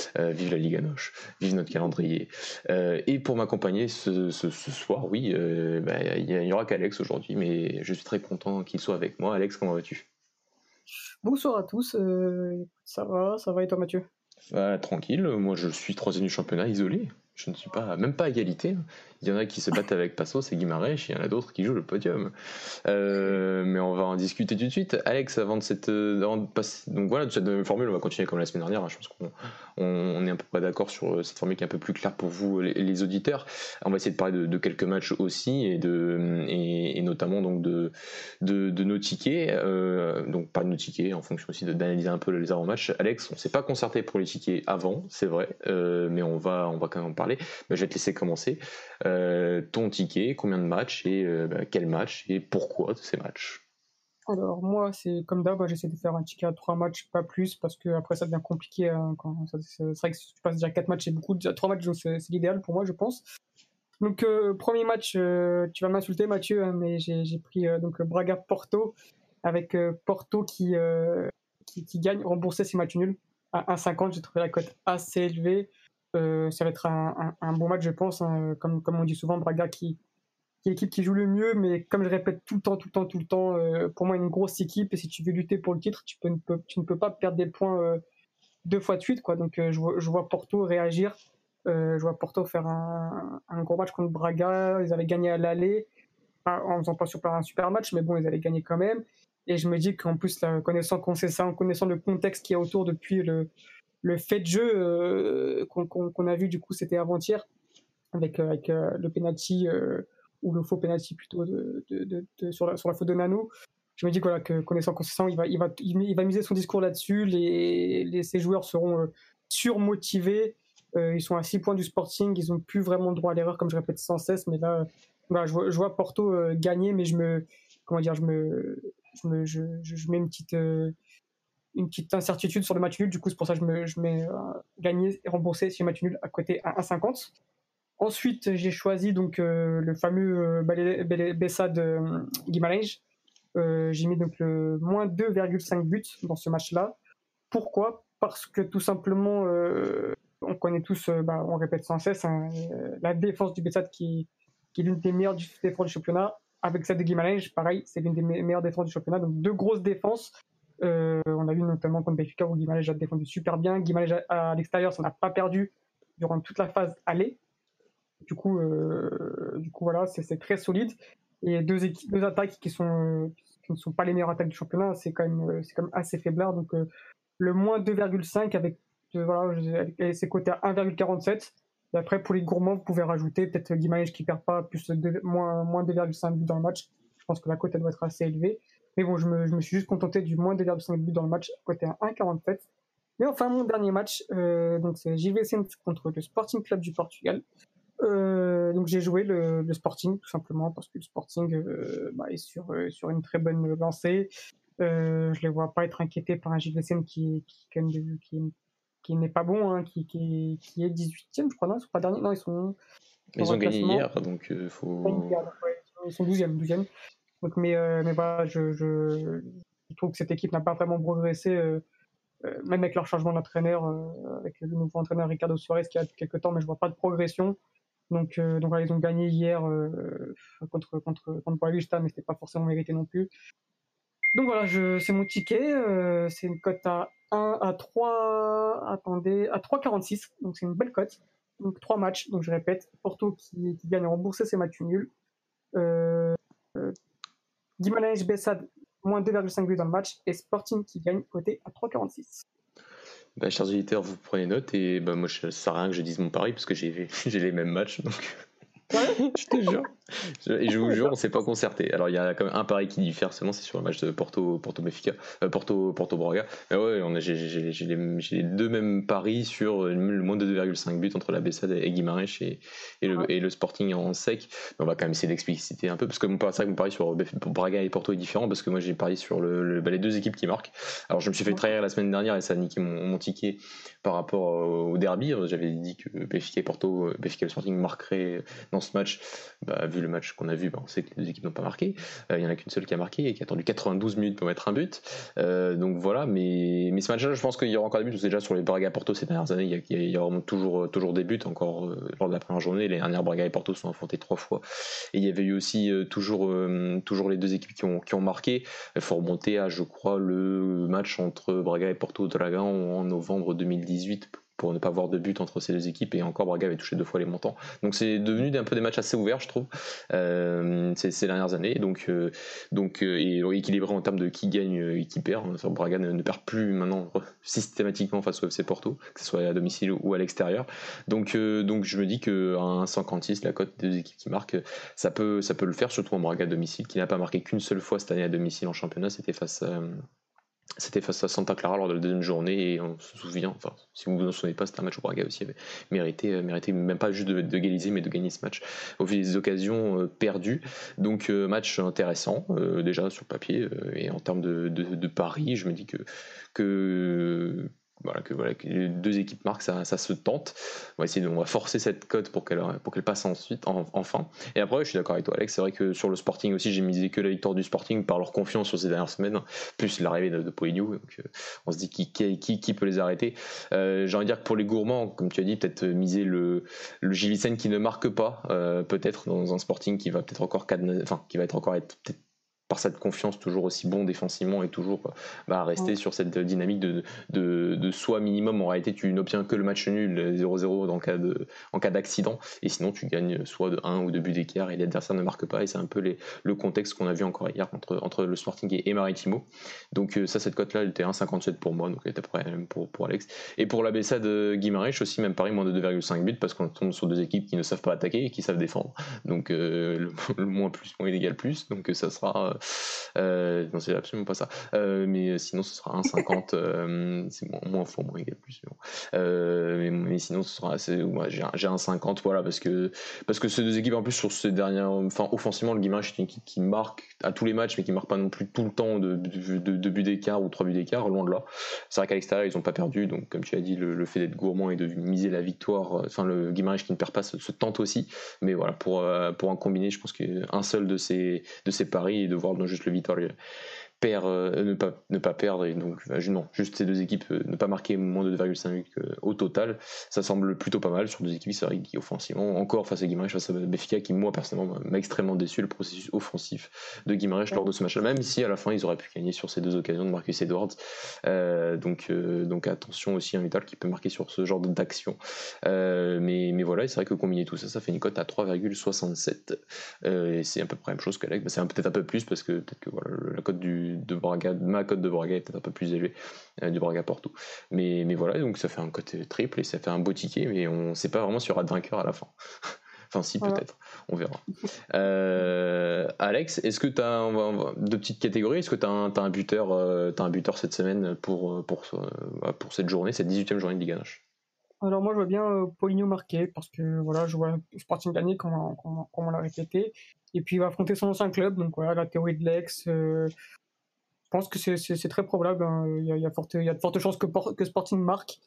Vive la Liga Noche, vive notre calendrier. Et pour m'accompagner ce soir, oui, il y aura qu'Alex aujourd'hui, mais je suis très content qu'il soit avec moi. Alex, comment vas-tu? Bonsoir à tous, ça va et toi Mathieu? Tranquille, moi je suis troisième du championnat isolé. Je ne suis même pas à égalité. Il y en a qui se battent avec Passos et Guimarães, et il y en a d'autres qui jouent le podium. Mais on va en discuter tout de suite. Alex, avant de passer. Donc voilà, cette formule, on va continuer comme la semaine dernière. Je pense qu'on est à peu près d'accord sur cette formule qui est un peu plus claire pour vous, les auditeurs. On va essayer de parler de quelques matchs aussi, et notamment donc de nos tickets. Donc pas de nos tickets, en fonction aussi d'analyser un peu les avant-matchs. Alex, on ne s'est pas concerté pour les tickets avant, c'est vrai, mais on va quand même en parler. Mais je vais te laisser commencer. Ton ticket, combien de matchs et quel match et pourquoi de ces matchs? Alors moi c'est comme d'hab, j'essaie de faire un ticket à 3 matchs, pas plus, parce que après ça devient compliqué, c'est vrai que si tu passes déjà 4 matchs c'est beaucoup, déjà 3 matchs c'est l'idéal pour moi je pense. Donc premier match, tu vas m'insulter Mathieu, hein, mais j'ai pris donc Braga-Porto, avec Porto qui gagne, rembourser ses matchs nuls à 1,50. J'ai trouvé la cote assez élevée. Ça va être un bon match je pense, hein, comme on dit souvent, Braga qui est l'équipe qui joue le mieux, mais comme je répète tout le temps, pour moi une grosse équipe, et si tu veux lutter pour le titre, tu ne peux pas perdre des points 2 fois de suite, quoi. Donc je vois Porto réagir, je vois Porto faire un gros match contre Braga. Ils avaient gagné à l'aller, en faisant pas un super match, mais bon, ils avaient gagné quand même. Et je me dis qu'en plus, là, connaissant le contexte qu'il y a autour depuis le fait de jeu qu'on a vu, du coup, c'était avant-hier, avec le penalty, ou le faux penalty plutôt sur la faute de Nano. Je me dis que, voilà, que connaissant Conceição, il va miser son discours là-dessus. Ses joueurs seront surmotivés. Ils sont à 6 points du Sporting, ils n'ont plus vraiment droit à l'erreur, comme je répète sans cesse. Mais là, voilà, je vois Porto gagner, mais je mets une petite incertitude sur le match nul. Du coup, c'est pour ça que je mets gagner et rembourser sur le match nul à côté à 1,50. Ensuite, j'ai choisi donc le fameux Bessa de Guimarães. J'ai mis donc le moins 2,5 buts dans ce match-là. Pourquoi? Parce que tout simplement, on connaît tous, on répète sans cesse, hein, la défense du Bessa qui est l'une des meilleures défenses du championnat. Avec celle de Guimarães, pareil, c'est l'une des meilleures défenses du championnat. Donc deux grosses défenses. On a vu notamment contre Benfica où Guimarães a défendu super bien. Guimarães à l'extérieur, ça n'a pas perdu durant toute la phase aller. Du coup, voilà, c'est très solide. Et deux attaques qui ne sont pas les meilleures attaques du championnat, c'est quand même assez faiblard. Donc le moins 2,5 c'est coté à 1,47. Et après, pour les gourmands, vous pouvez rajouter peut-être Guimarães qui perd pas, plus moins 2,5 buts dans le match. Je pense que la cote elle doit être assez élevée. Mais bon, je me suis juste contenté du moins 2,5 buts dans le match, coté à 1,47. Mais enfin, mon dernier match, donc c'est JVC contre le Sporting Club du Portugal. Donc j'ai joué le Sporting tout simplement parce que le Sporting est sur une très bonne lancée. Je les vois pas être inquiétés par un JVCN qui n'est pas bon, hein, qui est 18e, je crois. Non, ils sont pas derniers. Non, Ils ont gagné hier, donc faut. Ils sont 12e. Donc, mais voilà, je trouve que cette équipe n'a pas vraiment progressé, même avec leur changement d'entraîneur, avec le nouveau entraîneur Ricardo Soares qui a depuis quelques temps, mais je vois pas de progression. Donc voilà, ils ont gagné hier contre Boavista, mais c'était pas forcément mérité non plus. Donc voilà, c'est mon ticket. C'est une cote à 3,46. Donc c'est une belle cote. Donc 3 matchs. Donc je répète, Porto qui gagne à rembourser ses matchs nuls. Guimarães Bessade, moins 2,5 buts dans le match. Et Sporting qui gagne côté à 3,46. Chers auditeurs, vous prenez note et moi ça sert à rien que je dise mon pari parce que j'ai les mêmes matchs, donc je te jure. Et je vous jure, on s'est pas concerté. Alors il y a quand même un pari qui diffère seulement, c'est sur le match de Porto Benfica, Porto Braga. Mais ouais, j'ai les deux mêmes paris sur le moins de 2,5 buts entre la Bessade et Guimarães et le Sporting en sec. Mais on va quand même essayer d'expliciter un peu parce que c'est vrai que mon pari sur Braga et Porto est différent parce que moi j'ai parié sur les deux équipes qui marquent. Alors je me suis fait trahir la semaine dernière et ça a niqué mon ticket par rapport au derby. J'avais dit que Benfica et le Sporting marqueraient dans ce match, vu vu le match qu'on a vu, on sait que les deux équipes n'ont pas marqué. Il y en a qu'une seule qui a marqué et qui a attendu 92 minutes pour mettre un but. Donc voilà, mais ce match-là, je pense qu'il y aura encore des buts. C'est déjà sur les Braga Porto ces dernières années, il y a vraiment toujours des buts. Encore lors de la première journée, les dernières Braga et Porto se sont affrontés 3 fois. Et il y avait eu aussi toujours les deux équipes qui ont marqué. Il faut remonter à, je crois, le match entre Braga et Porto Dragão en novembre 2018 pour ne pas avoir de but entre ces deux équipes, et encore Braga avait touché 2 fois les montants. Donc c'est devenu un peu des matchs assez ouverts, je trouve, ces dernières années, et équilibré en termes de qui gagne et qui perd. Braga ne perd plus maintenant systématiquement face au FC Porto, que ce soit à domicile ou à l'extérieur. Donc je me dis qu'à 1,56, la cote des deux équipes qui marquent, ça peut le faire, surtout en Braga à domicile, qui n'a pas marqué qu'une seule fois cette année à domicile en championnat. C'était face à Santa Clara lors de la deuxième journée, et on se souvient, enfin si vous vous en souvenez pas, c'était un match où Braga aussi avait mérité même pas juste d'égaliser, mais de gagner ce match au vu des occasions perdues. Donc match intéressant déjà sur le papier, et en termes de paris, je me dis que les deux équipes marquent, ça se tente. On va forcer cette cote pour qu'elle passe ensuite, enfin. Et après, je suis d'accord avec toi, Alex, c'est vrai que sur le Sporting aussi, j'ai misé que la victoire du Sporting par leur confiance sur ces dernières semaines, plus l'arrivée de Poligno. Donc on se dit qui peut les arrêter. J'ai envie de dire que pour les gourmands, comme tu as dit, peut-être miser le Gilisen qui ne marque pas, peut-être dans un Sporting qui va peut-être encore qui va être peut-être par cette confiance toujours aussi bon défensivement, et toujours rester sur cette dynamique de soit minimum, en réalité tu n'obtiens que le match nul 0-0 en cas d'accident, et sinon tu gagnes soit de 1 ou 2 buts d'écart et l'adversaire ne marque pas, et c'est un peu le contexte qu'on a vu encore hier entre le Sporting et Maritimo. Donc cette cote là elle était 1,57 pour moi, donc elle était après même pour Alex. Et pour la Bessa de Guimarães aussi, même pareil, moins de 2,5 buts, parce qu'on tombe sur deux équipes qui ne savent pas attaquer et qui savent défendre, donc le moins plus moins égal plus, donc ça sera non, c'est absolument pas ça, mais sinon ce sera 1,50, c'est moins faux, moins égal plus, mais, bon. Mais sinon ce sera assez, j'ai 1,50, voilà, parce que ces deux équipes en plus sur ces dernières, enfin offensivement le Guimarães est une équipe qui marque à tous les matchs, mais qui marque pas non plus tout le temps de buts d'écart ou 3 buts d'écart, loin de là. C'est vrai qu'à l'extérieur ils ont pas perdu, donc comme tu as dit, le fait d'être gourmand et de miser la victoire, enfin le Guimarães qui ne perd pas se tente aussi, mais voilà, pour un combiné, je pense qu'un seul de ces paris, et de voir juste le Vitória ne pas perdre, et donc non, juste ces deux équipes ne pas marquer moins de 2,5 au total, ça semble plutôt pas mal sur deux équipes, c'est vrai, qui offensivement, encore face à Guimarães, face à Benfica, qui moi personnellement m'a extrêmement déçu le processus offensif de Guimarães lors de ce match-là, même si à la fin ils auraient pu gagner sur ces deux occasions de Marcus Edwards, donc attention aussi à un Vital qui peut marquer sur ce genre d'action, mais voilà, c'est vrai que combiner tout ça fait une cote à 3,67, et c'est à peu près la même chose qu'Alex, c'est peut-être un peu plus, parce que peut-être que voilà, la cote de Braga, ma cote de Braga est peut-être un peu plus élevée du Braga Porto, mais voilà, donc ça fait un cote triple et ça fait un beau ticket, mais on ne sait pas vraiment s'il y aura de vainqueur à la fin. Enfin si, peut-être, on verra. Alex, est-ce que tu as deux petites catégories, est-ce que tu as un buteur cette semaine pour cette journée, cette 18e journée de Ligue 1? Alors moi je vois bien Poligno marquer, parce que voilà, je vois Sporting gagner comme on l'a répété, et puis il va affronter son ancien club, donc voilà, la théorie de l'ex, je pense que c'est très probable, hein. Il y a de fortes chances que Sporting marque,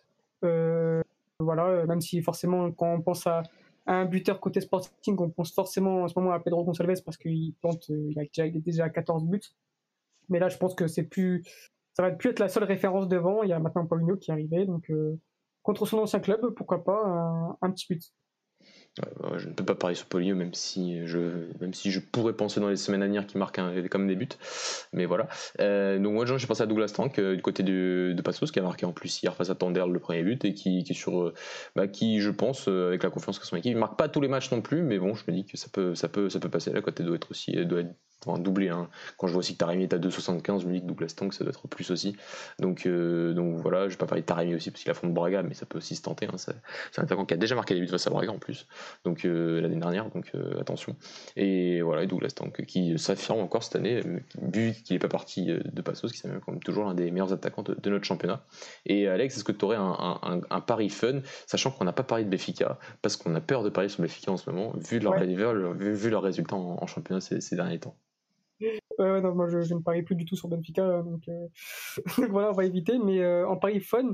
voilà, même si forcément quand on pense à un buteur côté Sporting, on pense forcément en ce moment à Pedro Gonçalves, parce qu'il est déjà à 14 buts, mais là je pense que ça va plus être la seule référence devant, il y a maintenant Paulinho qui est arrivé, donc contre son ancien club, pourquoi pas un petit but. Je ne peux pas parier sur Poligno, même si je pourrais penser dans les semaines à venir qu'il marque comme des buts, mais voilà. Donc moi j'ai pensé à Douglas Tank du côté de Passos, qui a marqué en plus hier face à Tandberg le premier but, et qui est sur qui, je pense, avec la confiance que son équipe, il marque pas tous les matchs non plus, mais bon, je me dis que ça peut passer. La cote doit être doublé, hein. Quand je vois aussi que Taremi est à 2,75, je me dis que Douglas Tank ça doit être plus aussi, donc voilà, je vais pas parler de Taremi aussi parce qu'il affronte Braga, mais ça peut aussi se tenter, hein. C'est un attaquant qui a déjà marqué des buts face à Braga en plus, donc l'année dernière, donc attention. Et voilà, Douglas Tank qui s'affirme encore cette année, vu qu'il n'est pas parti de Passos, qui est quand même toujours l'un des meilleurs attaquants de notre championnat. Et Alex, est-ce que tu aurais un pari fun, sachant qu'on n'a pas parlé de Benfica, parce qu'on a peur de parier sur Benfica en ce moment, vu leurs résultats en championnat ces derniers temps? Non, moi je ne parie plus du tout sur Benfica, donc voilà, on va éviter, mais en pari fun,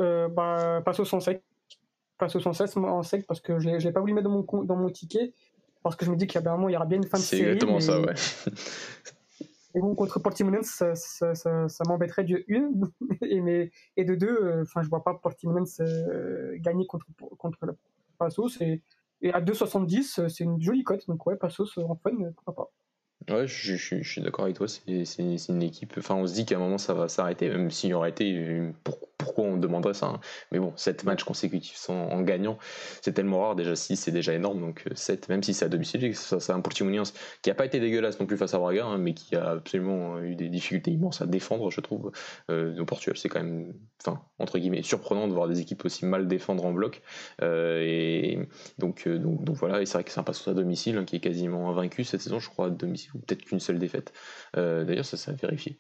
Passos en sec. Passos en sec, parce que je l'ai pas voulu mettre dans mon ticket, parce que je me dis qu'il y a un moment, il y aura bien une fin de C'est série. exactement mais... ça, ouais. Et bon, contre Portimonense, ça m'embêterait de une, et de deux, je vois pas Portimonense gagner contre le Passos, et à 2,70, c'est une jolie cote, donc ouais, Passos en fun, pourquoi pas. Ouais, je suis d'accord avec toi, c'est une équipe. Enfin, on se dit qu'à un moment ça va s'arrêter, même s'il y aurait été. Pourquoi on demanderait ça, hein. Mais bon, 7 matchs consécutifs en gagnant, c'est tellement rare. Déjà 6, c'est déjà énorme. Donc 7, même si c'est à domicile, c'est un Portimonense qui n'a pas été dégueulasse non plus face à Braga, hein, mais qui a absolument eu des difficultés immenses à défendre, je trouve. Au Portugal, c'est quand même, enfin, entre guillemets, surprenant de voir des équipes aussi mal défendre en bloc. Et donc voilà, et c'est vrai que c'est un Passos à domicile, hein, qui est quasiment invaincu cette saison, je crois, à domicile, ou peut-être qu'une seule défaite. D'ailleurs, ça a vérifié.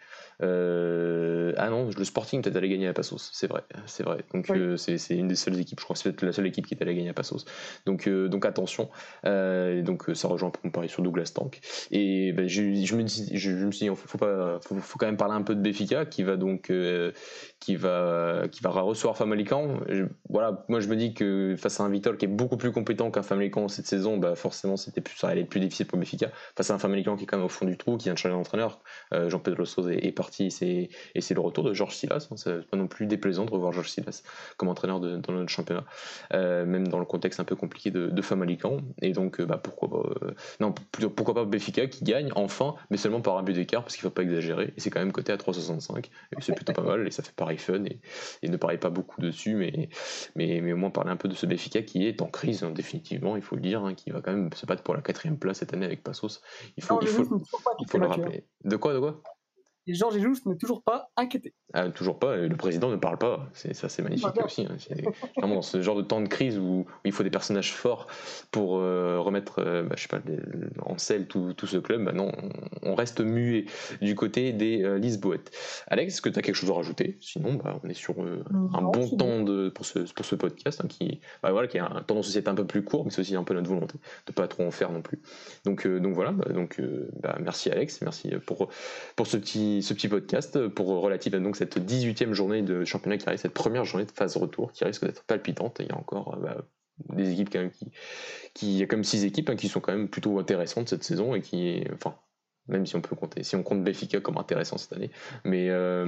Ah non, le Sporting peut-être allé gagner à Passos, c'est vrai. Donc Oui. c'est une des seules équipes, je crois que c'est peut-être la seule équipe qui est allée gagner à Passos. Donc attention. Donc ça rejoint un peu mon pari sur Douglas Tank. Et ben, je me suis dit, faut quand même parler un peu de Benfica qui va donc qui va recevoir Famalicão. Voilà, moi je me dis que face à un Vitor qui est beaucoup plus compétent qu'un Famalicão cette saison, bah forcément ça allait être plus difficile pour Benfica face à un Famalicão qui est quand même au fond du trou, qui vient de changer d'entraîneur. Jean-Pedro Sousa est parti, et c'est le retour de Georges Silas, hein. C'est pas non plus déplaisant de revoir Georges Silas comme entraîneur dans notre championnat, même dans le contexte un peu compliqué de Famalicão. Et donc pourquoi pas Benfica qui gagne enfin, mais seulement par un but d'écart, parce qu'il faut pas exagérer, et c'est quand même coté à 3,65, et c'est plutôt pas mal, et ça fait pareil fun, et ne parie pas beaucoup dessus, mais au moins parler un peu de ce Benfica qui est en crise, hein, définitivement, il faut le dire, hein, qui va quand même se battre pour la 4ème place cette année avec Passos. Il faut le rappeler. De quoi Et Georges Jesus n'est toujours pas inquiété. Toujours pas, et le président ne parle pas. C'est magnifique aussi, hein. C'est vraiment dans ce genre de temps de crise où il faut des personnages forts pour remettre je sais pas, en selle tout ce club. Bah non, on reste muet du côté des Lisboètes. Alex, est-ce que tu as quelque chose à rajouter? Sinon, on est sur un bon temps pour ce podcast, hein, qui a un tendance aussi à être un peu plus court, mais c'est aussi un peu notre volonté de pas trop en faire non plus. Donc voilà, merci Alex, merci pour ce petit podcast relative à donc cette 18e journée de championnat qui arrive, cette première journée de phase retour qui risque d'être palpitante. Il y a encore des équipes quand même il y a comme 6 équipes, hein, qui sont quand même plutôt intéressantes cette saison, et même si on compte Benfica comme intéressant cette année, mais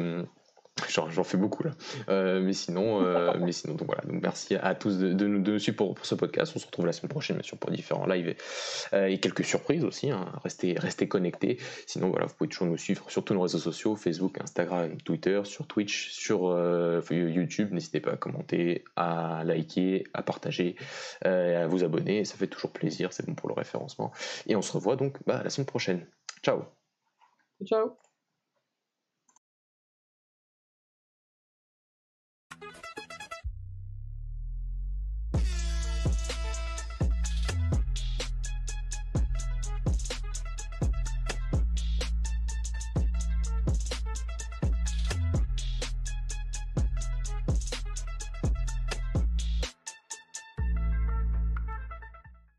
j'en fais beaucoup là. Mais sinon, donc voilà. Donc merci à tous de nous suivre pour ce podcast. On se retrouve la semaine prochaine, bien sûr, pour différents lives et quelques surprises aussi, hein. Restez connectés. Sinon, voilà, vous pouvez toujours nous suivre sur tous nos réseaux sociaux, Facebook, Instagram, Twitter, sur Twitch, sur YouTube. N'hésitez pas à commenter, à liker, à partager, à vous abonner. Ça fait toujours plaisir. C'est bon pour le référencement. Et on se revoit donc la semaine prochaine. Ciao. Ciao.